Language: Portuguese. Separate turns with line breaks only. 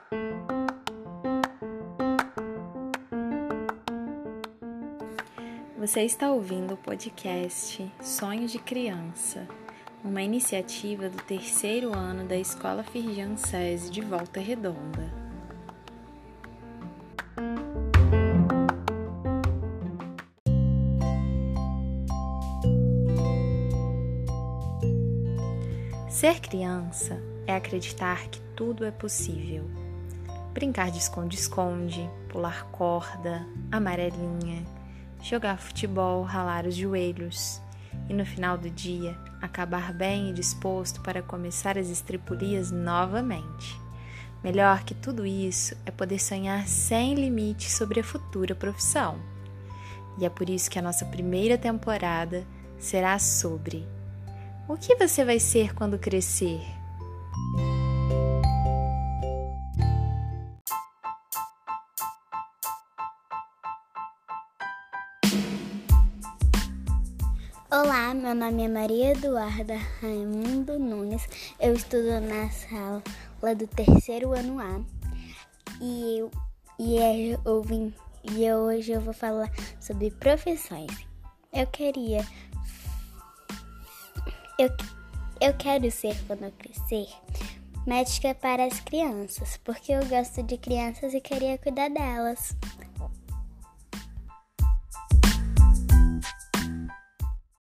Você está ouvindo o podcast Sonho de Criança, uma iniciativa do 3º ano da Escola Firjan SESI de Volta Redonda. Ser criança é acreditar que tudo é possível. Brincar de esconde-esconde, pular corda, amarelinha, jogar futebol, ralar os joelhos e no final do dia acabar bem e disposto para começar as estripulias novamente. Melhor que tudo isso é poder sonhar sem limite sobre a futura profissão. E é por isso que a nossa primeira temporada será sobre: o que você vai ser quando crescer?
Olá, meu nome é Maria Eduarda Raimundo Nunes, eu estudo na sala do 3º ano A e hoje eu vou falar sobre profissões. Eu quero ser, quando eu crescer, médica para as crianças, porque eu gosto de crianças e queria cuidar delas.